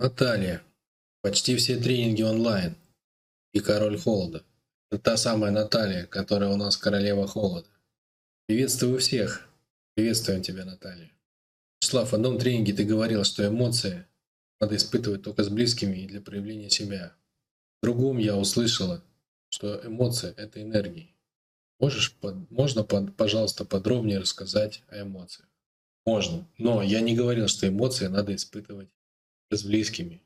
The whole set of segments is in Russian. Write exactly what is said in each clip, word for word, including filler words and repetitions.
Наталья, почти все тренинги онлайн и король холода. Это та самая Наталья, которая у нас королева холода. Приветствую всех. Приветствуем тебя, Наталья. Вячеслав, в одном тренинге ты говорил, что эмоции надо испытывать только с близкими и для проявления себя. В другом я услышала, что эмоции — это энергии. Можешь, под- можно, под- пожалуйста, подробнее рассказать о эмоциях? Можно. Но я не говорил, что эмоции надо испытывать с близкими.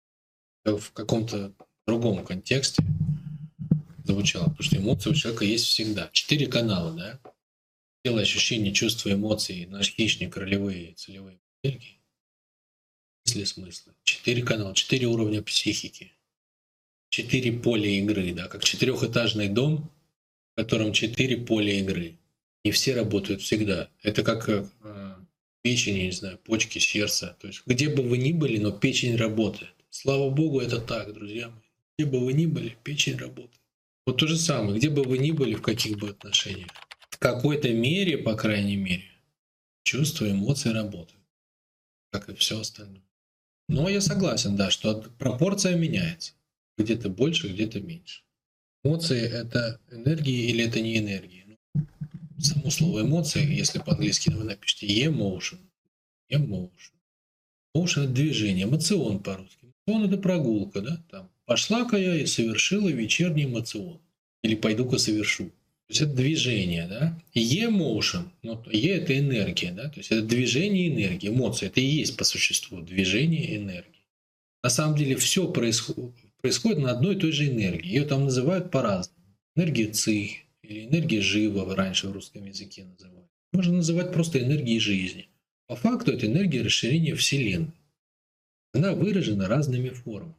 Это в каком-то другом контексте звучало, потому что эмоции у человека есть всегда. Четыре канала, да? Тело, ощущения, чувства, эмоции, наш хищник, ролевые, целевые модельки, мысли, смыслы. Четыре канала, четыре уровня психики, четыре поля игры, да, как четырехэтажный дом, в котором четыре поля игры. И все работают всегда. Это как э, печень, я не знаю, почки, сердце. То есть где бы вы ни были, но печень работает. Слава Богу, это так, друзья мои. Где бы вы ни были, печень работает. Вот то же самое, где бы вы ни были, в каких бы отношениях. В какой-то мере, по крайней мере, чувства, эмоции работают, как и все остальное. Но я согласен, да, что пропорция меняется. Где-то больше, где-то меньше. Эмоции — это энергии или это не энергии? Ну, само слово эмоции, если по-английски вы напишите emotion, emotion. Motion — это движение, эмоцион по-русски. Эмоцион — это прогулка, да? Там, пошла-ка я и совершила вечерний эмоцион. Или пойду-ка совершу. То есть это движение, да? E-motion, ну, E — это энергия, да? То есть это движение энергии, эмоции. Это и есть по существу движение энергии. На самом деле все происходит, происходит на одной и той же энергии. Ее там называют по-разному. Энергия ци или энергия жива раньше в русском языке называют. Можно называть просто энергией жизни. По факту это энергия расширения Вселенной. Она выражена разными формами.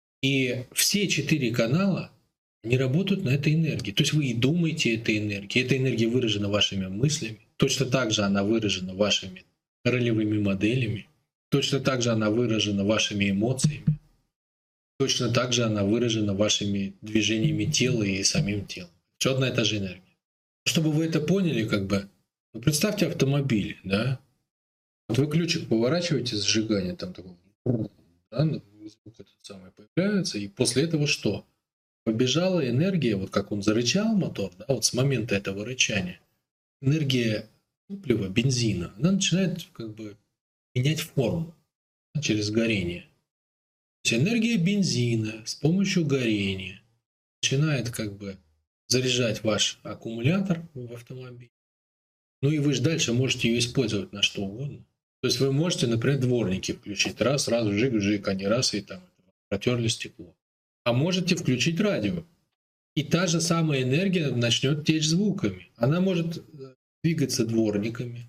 И все четыре канала не работают на этой энергии. То есть вы и думаете этой энергией. Эта энергия выражена вашими мыслями. Точно так же она выражена вашими ролевыми моделями. Точно так же она выражена вашими эмоциями. Точно так же она выражена вашими движениями тела и самим телом. Все одна и та же энергия. Чтобы вы это поняли, как бы, вы представьте автомобиль, да? Вот вы ключик поворачиваете, зажигание там такой, да, звук этот самый появляется, и после этого что? Побежала энергия, вот как он зарычал мотор, да, вот с момента этого рычания, энергия топлива, бензина, она начинает как бы менять форму через горение. То есть энергия бензина с помощью горения начинает как бы заряжать ваш аккумулятор в автомобиле. Ну и вы же дальше можете ее использовать на что угодно. То есть вы можете, например, дворники включить. Раз, сразу жик-жик, а не раз и там протерли стекло. А можете включить радио. И та же самая энергия начнет течь звуками. Она может двигаться дворниками.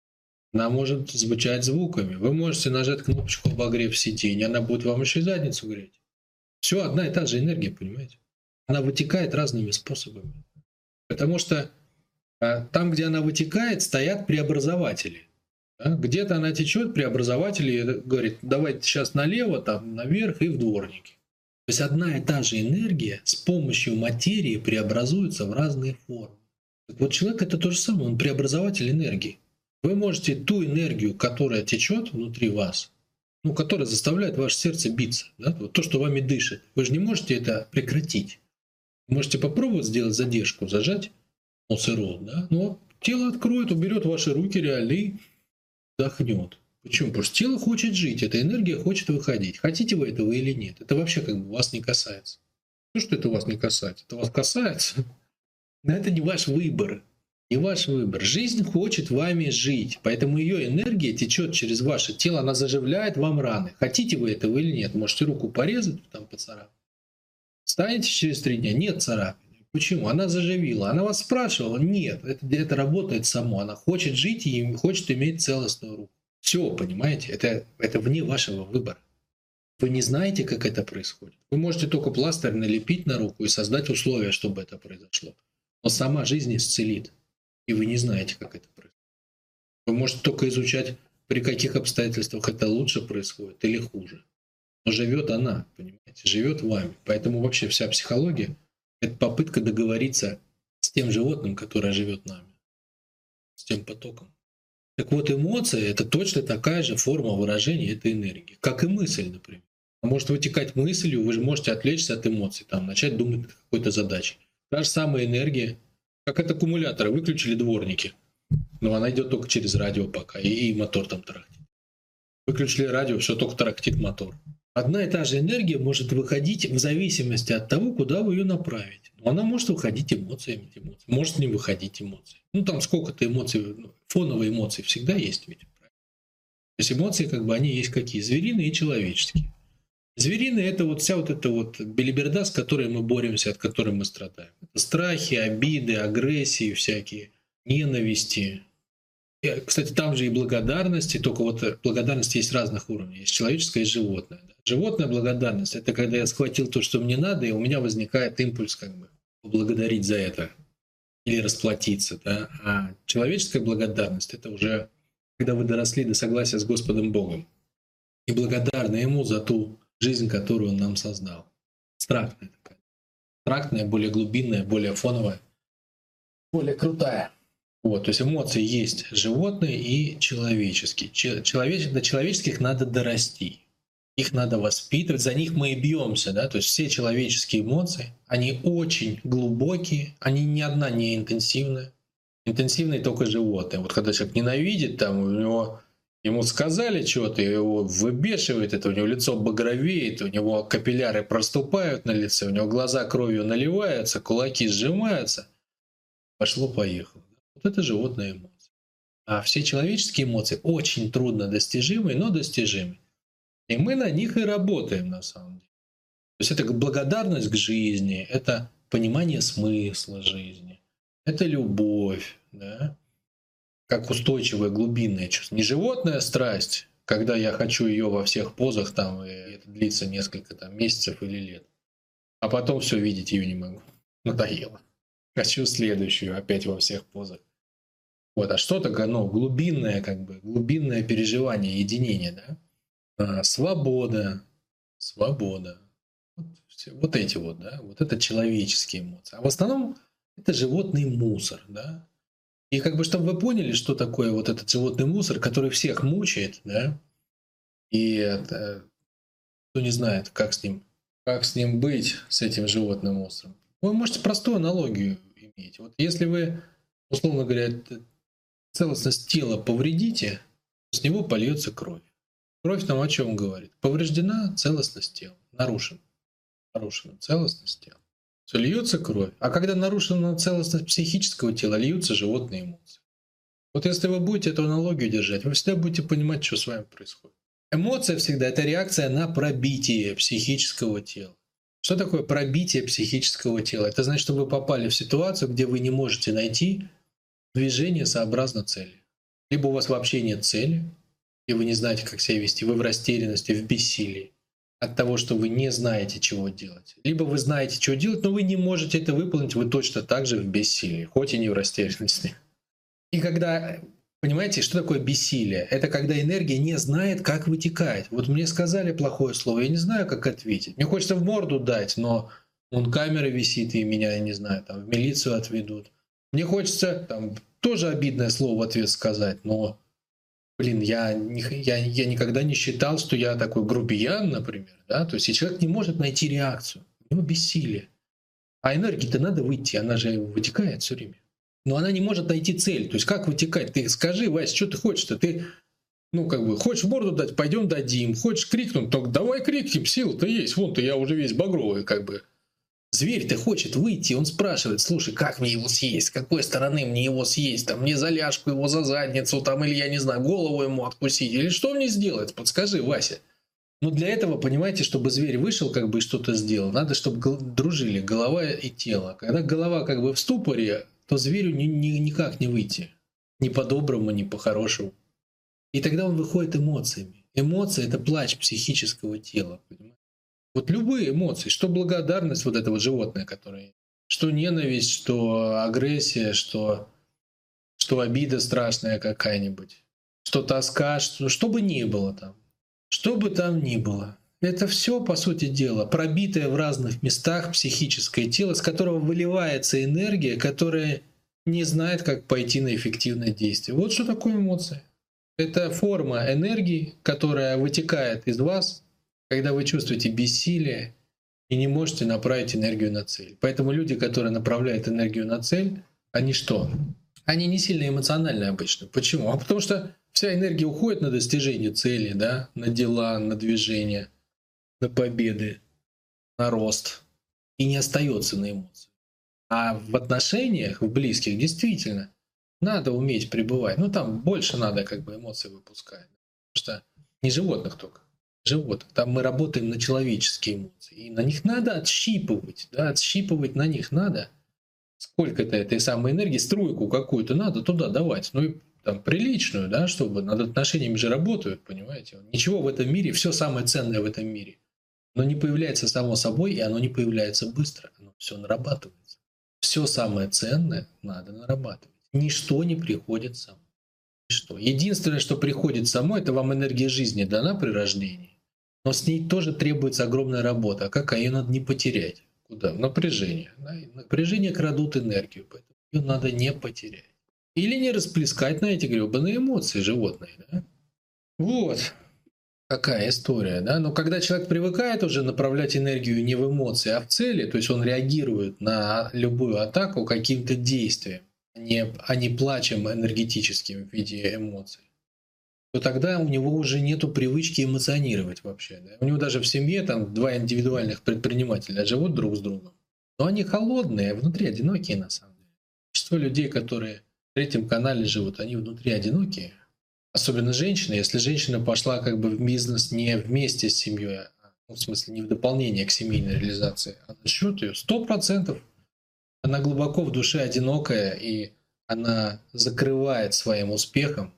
Она может звучать звуками. Вы можете нажать кнопочку «Обогрев сиденья», она будет вам еще и задницу греть. Все одна и та же энергия, понимаете? Она вытекает разными способами. Потому что а, там, где она вытекает, стоят преобразователи. Да? Где-то она течет, преобразователи говорит, давайте сейчас налево, там наверх и в дворнике. То есть одна и та же энергия с помощью материи преобразуется в разные формы. Так вот человек — это то же самое, он преобразователь энергии. Вы можете ту энергию, которая течет внутри вас, ну, которая заставляет ваше сердце биться, да, вот то, что вами дышит, вы же не можете это прекратить. Вы можете попробовать сделать задержку, зажать нос и рот, да, но тело откроет, уберет ваши руки реально и вдохнет. Почему? Потому что тело хочет жить, эта энергия хочет выходить. Хотите вы этого или нет, это вообще как бы вас не касается. То, что это вас не касается, это вас касается, но это не ваш выбор. Не ваш выбор. Жизнь хочет вами жить, поэтому ее энергия течет через ваше тело, она заживляет вам раны. Хотите вы этого или нет, можете руку порезать, там поцарапать. Станете через три дня, нет царапины. Почему? Она заживила. Она вас спрашивала, нет, это, это работает само. Она хочет жить и хочет иметь целостную руку. Все, понимаете, это, это вне вашего выбора. Вы не знаете, как это происходит. Вы можете только пластырь налепить на руку и создать условия, чтобы это произошло. Но сама жизнь исцелит. И вы не знаете, как это происходит. Вы можете только изучать, при каких обстоятельствах это лучше происходит или хуже. Но живет она, понимаете, живет вами. Поэтому вообще вся психология — это попытка договориться с тем животным, которое живет нами, с тем потоком. Так вот, эмоции — это точно такая же форма выражения этой энергии, как и мысль, например. Может вытекать мыслью, вы же можете отвлечься от эмоций, там, начать думать над какой-то задачей. Та же самая энергия, как от аккумулятора, выключили дворники, но она идет только через радио пока, и, и мотор там тарахтит. Выключили радио, все, только тарахтит мотор. Одна и та же энергия может выходить в зависимости от того, куда вы ее направите. Но она может выходить эмоциями, эмоциями, может не выходить эмоциями. Ну там сколько-то эмоций, фоновые эмоции всегда есть ведь. То есть эмоции, как бы, они есть какие? Звериные и человеческие. Звериные — это вот вся вот эта вот белиберда, с которой мы боремся, от которой мы страдаем. Это страхи, обиды, агрессии всякие, ненависти. И, кстати, там же и благодарности, только вот благодарность есть разных уровней. Есть человеческая, есть животное. Да. Животная благодарность — это когда я схватил то, что мне надо, и у меня возникает импульс как бы поблагодарить за это или расплатиться. Да. А человеческая благодарность — это уже когда вы доросли до согласия с Господом Богом и благодарны Ему за ту жизнь, которую Он нам создал. Абстрактная такая. Абстрактная, более глубинная, более фоновая, более крутая. Вот, то есть эмоции есть животные и человеческие. Человеч... До человеческих надо дорасти. Их надо воспитывать, за них мы и бьемся. Да? То есть все человеческие эмоции, они очень глубокие, они ни одна не интенсивная. Интенсивные только животные. Вот когда человек ненавидит, там у него... Ему сказали что-то, его выбешивает, это у него лицо багровеет, у него капилляры проступают на лице, у него глаза кровью наливаются, кулаки сжимаются. Пошло-поехало. Вот это животные эмоции. А все человеческие эмоции очень трудно достижимы, но достижимы. И мы на них и работаем на самом деле. То есть это благодарность к жизни, это понимание смысла жизни, это любовь, да? Как устойчивое глубинное чувство. Не животная страсть, когда я хочу ее во всех позах, там, и это длится несколько там, месяцев или лет. А потом все видеть ее не могу. Надоело. Хочу следующую, опять во всех позах. Вот, а что-то, ну, глубинное, как бы, глубинное переживание, единение, да? А, свобода, свобода. Вот, все, вот эти вот, да, вот это человеческие эмоции. А в основном это животный мусор, да? И как бы, чтобы вы поняли, что такое вот этот животный мусор, который всех мучает, да, и это, кто не знает, как с ним, как с ним быть, с этим животным мусором, вы можете простую аналогию иметь. Вот если вы, условно говоря, целостность тела повредите, с него польется кровь. Кровь нам о чем говорит? Повреждена целостность тела, нарушена, нарушена целостность тела. Все, льется кровь. А когда нарушена целостность психического тела, льются животные эмоции. Вот если вы будете эту аналогию держать, вы всегда будете понимать, что с вами происходит. Эмоция всегда — это реакция на пробитие психического тела. Что такое пробитие психического тела? Это значит, что вы попали в ситуацию, где вы не можете найти движение сообразно цели. Либо у вас вообще нет цели, и вы не знаете, как себя вести, вы в растерянности, в бессилии от того, что вы не знаете, чего делать. Либо вы знаете, чего делать, но вы не можете это выполнить, вы точно так же в бессилии, хоть и не в растерянности. И когда, понимаете, что такое бессилие? Это когда энергия не знает, как вытекать. Вот мне сказали плохое слово, я не знаю, как ответить. Мне хочется в морду дать, но вон камера висит, и меня, я не знаю, там в милицию отведут. Мне хочется там тоже обидное слово в ответ сказать, но Блин, я, не, я, я никогда не считал, что я такой грубиян, например. Да? То есть и человек не может найти реакцию. У него бессилие. А энергии-то надо выйти, она же вытекает все время. Но она не может найти цель. То есть как вытекать? Ты скажи, Вась, что ты хочешь-то? Ты, ну, как бы, хочешь в морду дать, пойдем дадим. Хочешь крикнуть, только давай крикнем, сила-то есть. Вон-то я уже весь багровый, как бы. Зверь-то хочет выйти, он спрашивает: слушай, как мне его съесть, с какой стороны мне его съесть, там, мне за ляжку его, за задницу, там, или, я не знаю, голову ему откусить, или что мне сделать, подскажи, Вася. Но для этого, понимаете, чтобы зверь вышел, как бы, и что-то сделал, надо, чтобы дружили голова и тело. Когда голова, как бы, в ступоре, то зверю ни, ни, никак не выйти, ни по-доброму, ни по-хорошему. И тогда он выходит эмоциями. Эмоции — это плач психического тела, понимаете? Вот любые эмоции, что благодарность, вот это вот животное, которое, что ненависть, что агрессия, что, что обида страшная какая-нибудь, что тоска, что, что бы ни было там, что бы там ни было. Это все, по сути дела, пробитое в разных местах психическое тело, с которого выливается энергия, которая не знает, как пойти на эффективное действие. Вот что такое эмоция. Это форма энергии, которая вытекает из вас, когда вы чувствуете бессилие и не можете направить энергию на цель. Поэтому люди, которые направляют энергию на цель, они что? Они не сильно эмоциональны обычно. Почему? А потому что вся энергия уходит на достижение цели, да, на дела, на движение, на победы, на рост. И не остается на эмоциях. А в отношениях, в близких, действительно, надо уметь пребывать. Ну, там больше надо как бы эмоций выпускать. Потому что не животных только. Животных. Там мы работаем на человеческие эмоции. И на них надо отщипывать. Да, отщипывать на них надо. Сколько-то этой самой энергии, струйку какую-то надо туда давать. Ну, и там приличную, да, чтобы над отношениями же работают, понимаете. Ничего в этом мире, все самое ценное в этом мире. Оно не появляется само собой, и оно не появляется быстро. Оно все нарабатывается. Все самое ценное надо нарабатывать. Ничто не приходит само. Ничто. Единственное, что приходит само, это вам энергия жизни дана при рождении. Но с ней тоже требуется огромная работа. А как? А ее надо не потерять. Куда? В напряжение. Да? Напряжение крадут энергию, поэтому ее надо не потерять. Или не расплескать на эти гребаные эмоции животные. Да? Вот. Какая история, да? Но когда человек привыкает уже направлять энергию не в эмоции, а в цели, то есть он реагирует на любую атаку каким-то действием, а не, а не плачем энергетическим в виде эмоций, то тогда у него уже нету привычки эмоционировать вообще. Да? У него даже в семье там два индивидуальных предпринимателя живут друг с другом, но они холодные, внутри одинокие на самом деле. Большинство людей, которые в третьем канале живут, они внутри одинокие. Особенно женщина, если женщина пошла как бы в бизнес не вместе с семьей, а, ну, в смысле не в дополнение к семейной реализации, а за счет ее, сто процентов она глубоко в душе одинокая, и она закрывает своим успехом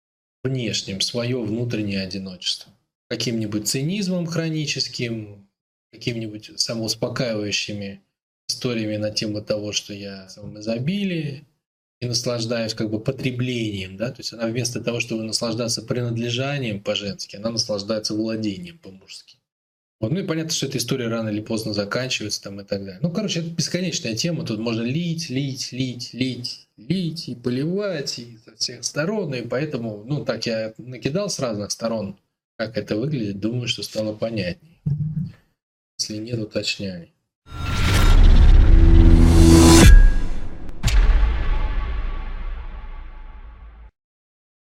внешним свое внутреннее одиночество. Каким-нибудь цинизмом хроническим, какими-нибудь самоуспокаивающими историями на тему того, что я в самом изобилии, и наслаждаюсь как бы потреблением, да, то есть она вместо того, чтобы наслаждаться принадлежанием по-женски, она наслаждается владением по-мужски. Вот. Ну и понятно, что эта история рано или поздно заканчивается там и так далее. Ну, короче, это бесконечная тема, тут можно лить, лить, лить, лить, лить и поливать и со всех сторон, и поэтому, ну, так я накидал с разных сторон, как это выглядит, думаю, что стало понятней. Если нет, уточняй.